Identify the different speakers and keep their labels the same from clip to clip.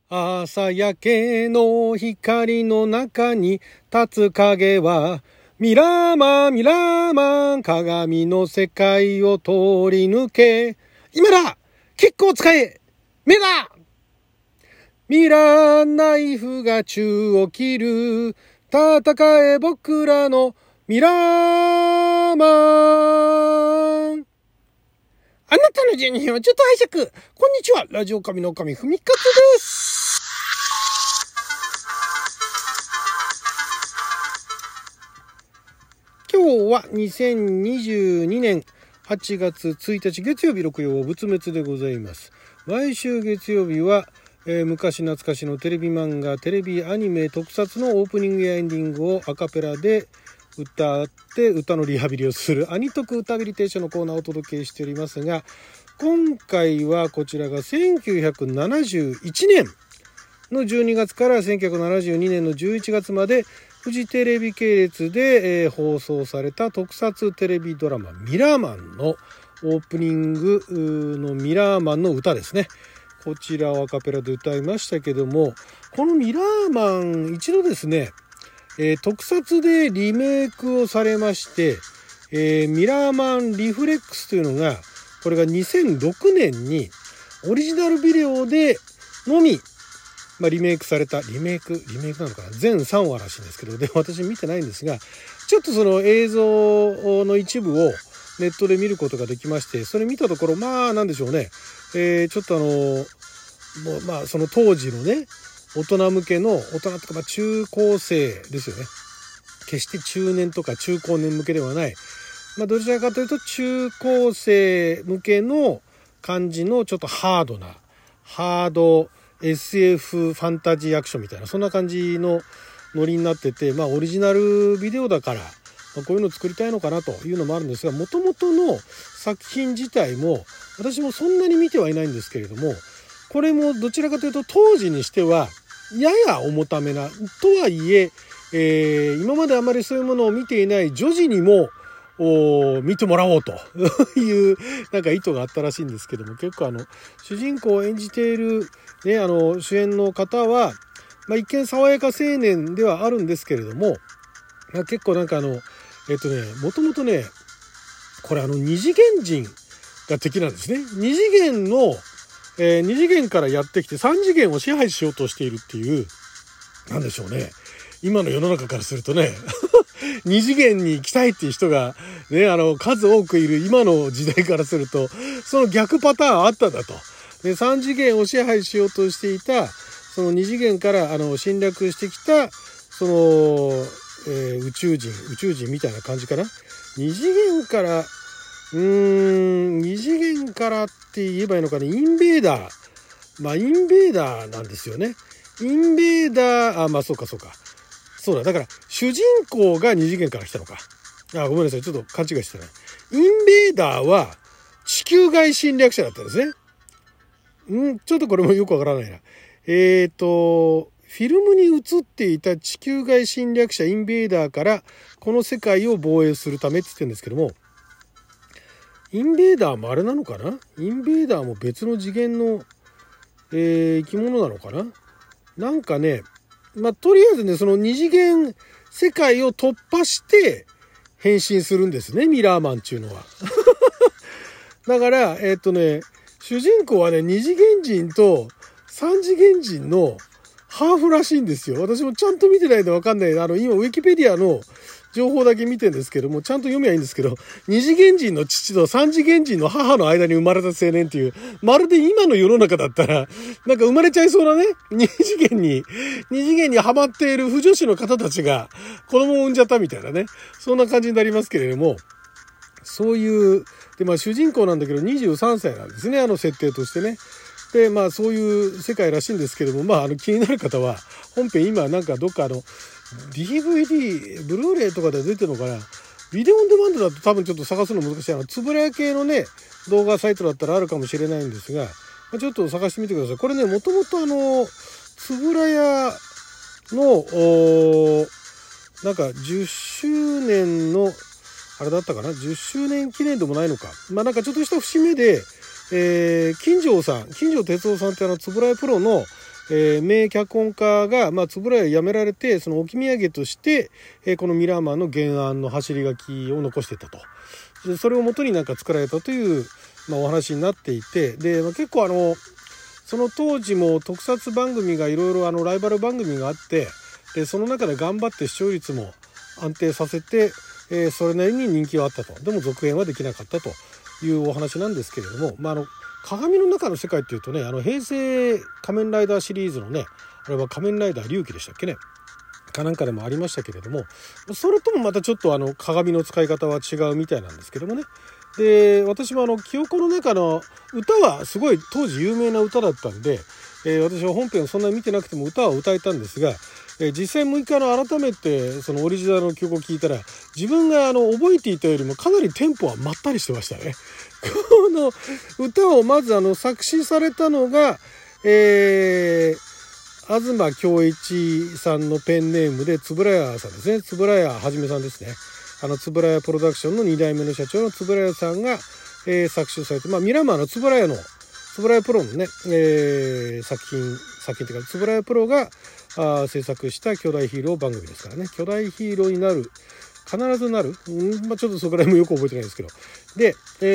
Speaker 1: 朝焼けの光の中に立つ影はミラーマンミラーマン、鏡の世界を通り抜け、今だキックを使え目だ、ミラーナイフが宙を切る、戦え僕らのミラーマン。あなたの12分をちょっと拝借。こんにちは、ラジオ神の神ふみかつです。今日は2022年8月1日月曜日、六曜仏滅でございます。毎週月曜日は、昔懐かしのテレビ漫画、テレビアニメ特撮のオープニングやエンディングをアカペラで歌って歌のリハビリをするアニトク歌ビリテーションのコーナーをお届けしておりますが、今回はこちらが1971年の12月から1972年の11月までフジテレビ系列で、放送された特撮テレビドラマミラーマンのオープニングのミラーマンの歌ですね。こちらをアカペラで歌いましたけども、このミラーマン一度ですね、特撮でリメイクをされまして、ミラーマンリフレックスというのが、これが2006年にオリジナルビデオでのみ、リメイクされた、リメイクなのかな、全3話らしいんですけど、で私見てないんですが、ちょっとその映像の一部をネットで見ることができまして、それ見たところ、なんでしょうね、ちょっとその当時のね、大人向けの、大人とか中高生ですよね。決して中年とか中高年向けではない。どちらかというと中高生向けの感じのちょっとハード SF ファンタジーアクションみたいな、そんな感じのノリになってて、オリジナルビデオだから、こういうの作りたいのかなというのもあるんですが、元々の作品自体も私もそんなに見てはいないんですけれども、これもどちらかというと当時にしてはやや重ためなとはいえ、今まであまりそういうものを見ていない女児にも見てもらおうというなんか意図があったらしいんですけども、結構主人公を演じている、ね、主演の方は、一見爽やか青年ではあるんですけれども、結構なんかもともとね、これ二次元人が敵なんですね。二次元からやってきて3次元を支配しようとしているっていう、なんでしょうね、今の世の中からするとね二次元に行きたいっていう人がね、数多くいる今の時代からすると、その逆パターンあったんだと。で、3次元を支配しようとしていたその二次元から侵略してきたその、宇宙人みたいな感じかな。二次元からって言えばいいのかね、インベーダーなんですよね。インベーダー、そうだ、だから主人公が二次元から来たのか。ごめんなさい、ちょっと勘違いしてたね。インベーダーは地球外侵略者だったんですね。ちょっとこれもよくわからないな。フィルムに映っていた地球外侵略者インベーダーからこの世界を防衛するためって言ってるんですけども、インベーダーもあれなのかな、インベーダーも別の次元の、生き物なのかな、なんかね、とりあえずね、その二次元世界を突破して変身するんですね、ミラーマンっていうのは。だから、主人公はね、二次元人と三次元人のハーフらしいんですよ。私もちゃんと見てないんでわかんない。今、ウィキペディアの情報だけ見てるんですけども、ちゃんと読めばいいんですけど、二次元人の父と三次元人の母の間に生まれた青年っていう、まるで今の世の中だったら、なんか生まれちゃいそうなね、二次元にハマっている腐女子の方たちが子供を産んじゃったみたいなね、そんな感じになりますけれども、そういう、で、主人公なんだけど23歳なんですね、設定としてね。で、そういう世界らしいんですけども、気になる方は、本編今なんかどっかDVD、ブルーレイとかで出てるのかな、ビデオオンデマンドだと多分ちょっと探すの難しい。つぶらや系のね、動画サイトだったらあるかもしれないんですが、ちょっと探してみてください。これね、もともとつぶらやの、なんか10周年の、あれだったかな、10周年記念でもないのか。なんかちょっとした節目で、金城哲夫さんってつぶらやプロの名脚本家が、円谷辞められて、その置き土産として、このミラーマンの原案の走り書きを残していたと。でそれを元に作られたという、お話になっていて、で、結構その当時も特撮番組がいろいろライバル番組があって、でその中で頑張って視聴率も安定させて、それなりに人気はあったと。でも続編はできなかったというお話なんですけれども、鏡の中の世界っていうとね、平成仮面ライダーシリーズのね、あれは仮面ライダー龍騎でしたっけね、かなんかでもありましたけれども、それともまたちょっと鏡の使い方は違うみたいなんですけどもね。で、私も記憶の中の歌はすごい当時有名な歌だったんで、私は本編をそんなに見てなくても歌は歌えたんですが、実際もう一回改めてそのオリジナルの曲を聴いたら、自分が覚えていたよりもかなりテンポはまったりしてましたね。この歌をまず作詞されたのが、東京一さんのペンネームで円谷さんですね。円谷はじめさんですね。円谷プロダクションの2代目の社長の円谷さんが、作詞をされて、ミラーマンの円谷プロのね、作品というか、円谷プロが制作した巨大ヒーロー番組ですからね。巨大ヒーローになる、必ずなる、ちょっとそこら辺もよく覚えてないですけど。で、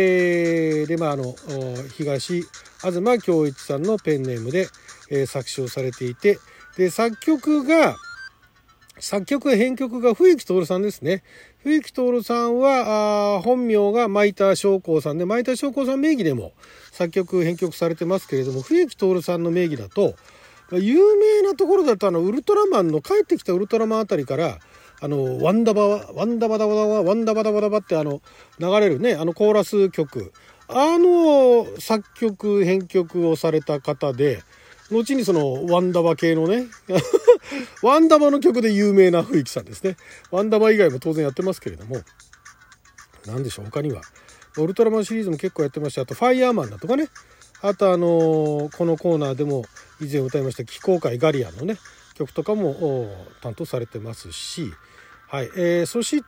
Speaker 1: 東京一さんのペンネームで、作詞をされていて、で、作曲編曲が冬木徹さんですね。冬木徹さんは本名が前田将校さんで、前田将校さん名義でも作曲編曲されてますけれども、冬木徹さんの名義だと、有名なところだとウルトラマンの帰ってきたウルトラマンあたりからワンダバダバダバって流れるね、コーラス曲、作曲編曲をされた方で、後にそのワンダバ系のねワンダバの曲で有名な冬木さんですね。ワンダバ以外も当然やってますけれども、なんでしょう、他にはウルトラマンシリーズも結構やってました。あとファイヤーマンだとかね、あとこのコーナーでも以前歌いました非公開ガリアンのね曲とかも担当されてますし、はい、そして、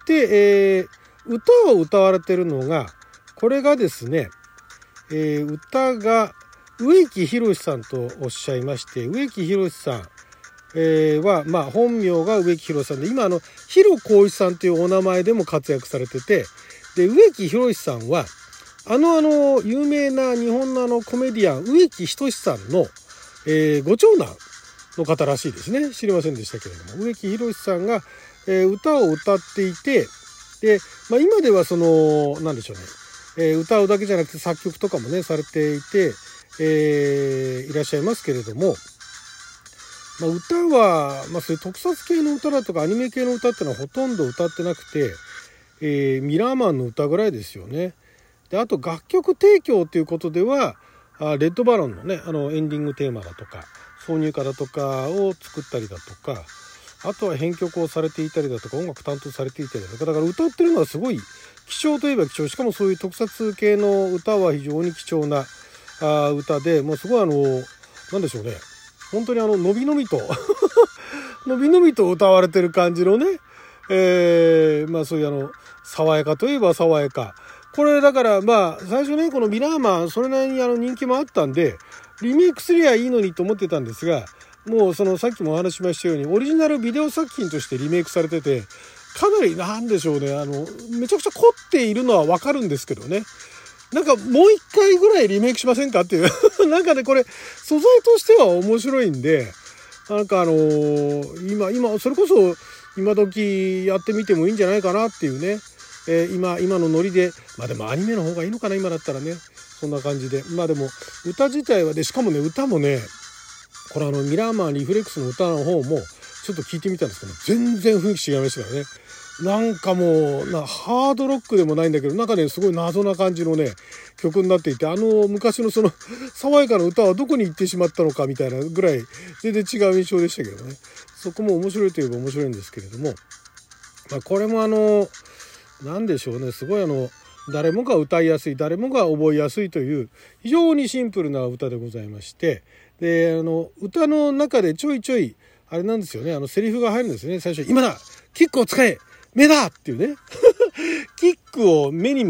Speaker 1: 歌を歌われてるのが、これがですね、歌が植木宏さんとおっしゃいまして、植木宏さん、は、本名が植木宏さんで、今広光一さんというお名前でも活躍されてて、で、植木宏さんは、有名な日本のコメディアン、植木仁さんの、ご長男の方らしいですね。知りませんでしたけれども、植木宏さんが、歌を歌っていて、で、今ではなんでしょうね、歌うだけじゃなくて作曲とかもね、されていて、いらっしゃいますけれども、歌は、そういう特撮系の歌だとかアニメ系の歌ってのはほとんど歌ってなくて、ミラーマンの歌ぐらいですよね。で、あと楽曲提供ということでは、レッドバロンのね、エンディングテーマだとか、挿入歌だとかを作ったりだとか、あとは編曲をされていたりだとか、音楽担当されていたりだとか、だから歌ってるのはすごい貴重といえば貴重、しかもそういう特撮系の歌は非常に貴重な歌で、もうすごいなんでしょうね、本当にのびのびとのびのびと歌われてる感じのね、そういう爽やかといえば爽やか。これだから最初ね、このミラーマンそれなりに人気もあったんで、リメイクすりゃいいのにと思ってたんですが、もうさっきもお話ししましたようにオリジナルビデオ作品としてリメイクされてて、かなりなんでしょうね、めちゃくちゃ凝っているのはわかるんですけどね、もう一回ぐらいリメイクしませんかっていうなんかね、これ素材としては面白いんで、今それこそ今時やってみてもいいんじゃないかなっていうね、今のノリで、でもアニメの方がいいのかな、今だったらね、そんな感じで、でも歌自体はで、しかもね、歌もね、これミラーマンリフレックスの歌の方もちょっと聞いてみたんですけど、全然雰囲気違いましたからね。なんかもうハードロックでもないんだけど、なんかね、すごい謎な感じのね曲になっていて、昔のその爽やかな歌はどこに行ってしまったのかみたいなぐらい全然違う印象でしたけどね。そこも面白いといえば面白いんですけれども、これもなんでしょうね、すごい誰もが歌いやすい、誰もが覚えやすいという非常にシンプルな歌でございまして、で歌の中でちょいちょいあれなんですよね、セリフが入るんですよね。最初、今だキックを使え目だっていうねキックを目に向かっ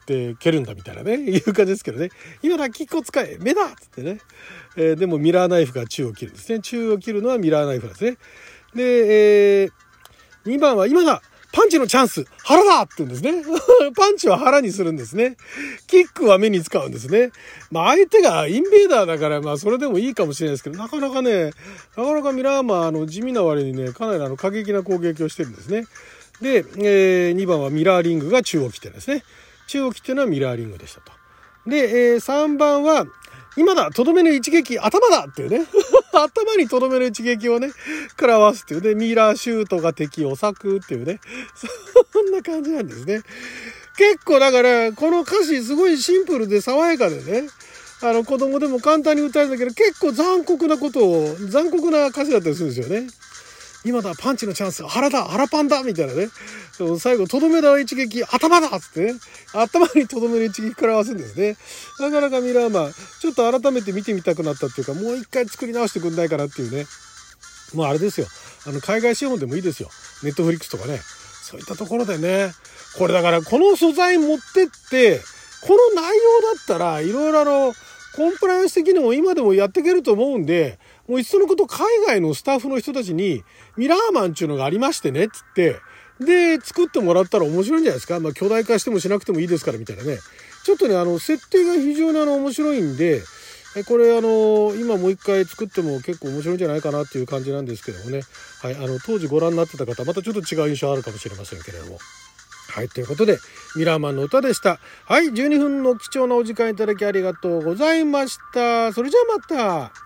Speaker 1: って蹴るんだみたいなね、いう感じですけどね。今だ、キックを使え、目だっつってね。でもミラーナイフが宙を切るんですね。宙を切るのはミラーナイフなんですね。で、2番は今だ、パンチのチャンス、腹だって言うんですね。パンチは腹にするんですね。キックは目に使うんですね。相手がインベーダーだから、それでもいいかもしれないですけど、なかなかミラーマン、地味な割にね、かなり過激な攻撃をしてるんですね。で、2番はミラーリングが中央切手ですね。中央切手のはミラーリングでしたと。で、3番は、今だ、とどめの一撃、頭だっていうね。頭にとどめの一撃をね、食らわすっていうね、ミラーシュートが敵を割くっていうね。そんな感じなんですね。結構だから、この歌詞すごいシンプルで爽やかでね、子供でも簡単に歌えるんだけど、結構残酷な歌詞だったりするんですよね。今だ、パンチのチャンス、腹パンだみたいなね。最後、とどめだ一撃、頭だっつってね。頭にとどめの一撃食らわすんですね。なかなかミラーマン、ちょっと改めて見てみたくなったっていうか、もう一回作り直してくんないかなっていうね。もうあれですよ。海外資本でもいいですよ。ネットフリックスとかね。そういったところでね。これだから、この素材持ってって、この内容だったら、いろいろコンプライアンス的にも今でもやっていけると思うんで、もういっそのこと海外のスタッフの人たちにミラーマンっていうのがありましてねっつって、で作ってもらったら面白いんじゃないですか。巨大化してもしなくてもいいですからみたいなね。ちょっとね設定が非常に面白いんで、これ今もう一回作っても結構面白いんじゃないかなっていう感じなんですけどもね。はい、当時ご覧になってた方またちょっと違う印象あるかもしれませんけれども。はい、ということでミラーマンの歌でした。はい、12分の貴重なお時間いただきありがとうございました。それじゃあまた。